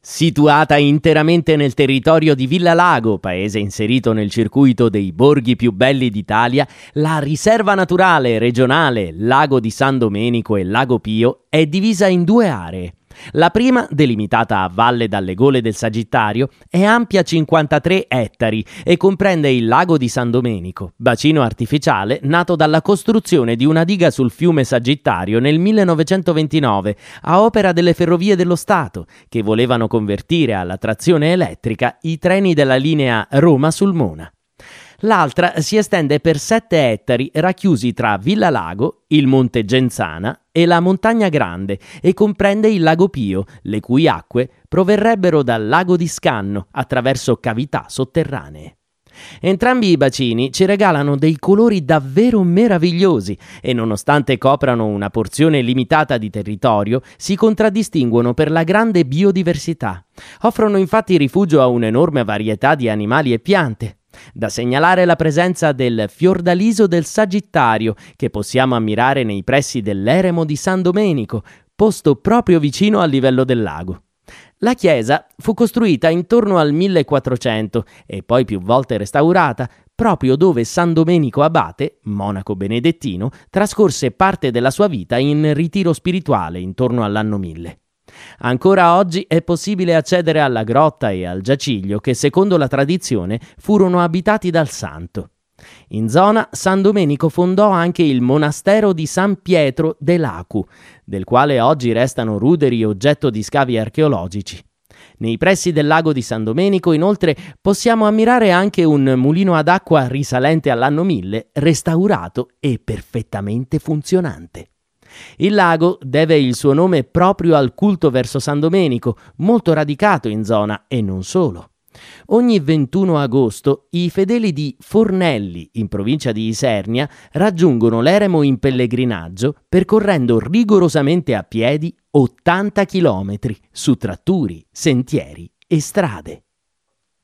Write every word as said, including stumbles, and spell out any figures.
Situata interamente nel territorio di Villalago, paese inserito nel circuito dei borghi più belli d'Italia, la riserva naturale regionale Lago di San Domenico e Lago Pio è divisa in due aree. La prima, delimitata a valle dalle gole del Sagittario, è ampia cinquantatré ettari e comprende il lago di San Domenico, bacino artificiale nato dalla costruzione di una diga sul fiume Sagittario nel millenovecentoventinove, a opera delle Ferrovie dello Stato, che volevano convertire alla trazione elettrica i treni della linea Roma-Sulmona. L'altra si estende per sette ettari racchiusi tra Villalago, il Monte Genzana e la Montagna Grande e comprende il Lago Pio, le cui acque proverrebbero dal lago di Scanno attraverso cavità sotterranee. Entrambi i bacini ci regalano dei colori davvero meravigliosi e, nonostante coprano una porzione limitata di territorio, si contraddistinguono per la grande biodiversità. Offrono infatti rifugio a un'enorme varietà di animali e piante. Da segnalare la presenza del fiordaliso del Sagittario, che possiamo ammirare nei pressi dell'eremo di San Domenico, posto proprio vicino al livello del lago. La chiesa fu costruita intorno al millequattrocento e poi più volte restaurata, proprio dove San Domenico Abate, monaco benedettino, trascorse parte della sua vita in ritiro spirituale intorno all'anno mille. Ancora oggi è possibile accedere alla grotta e al giaciglio che, secondo la tradizione, furono abitati dal santo. In zona San Domenico fondò anche il monastero di San Pietro de Lacu, del quale oggi restano ruderi oggetto di scavi archeologici. Nei pressi del lago di San Domenico, inoltre, possiamo ammirare anche un mulino ad acqua risalente all'anno mille, restaurato e perfettamente funzionante. Il lago deve il suo nome proprio al culto verso San Domenico, molto radicato in zona e non solo. Ogni ventuno agosto i fedeli di Fornelli, in provincia di Isernia, raggiungono l'eremo in pellegrinaggio percorrendo rigorosamente a piedi ottanta chilometri su tratturi, sentieri e strade.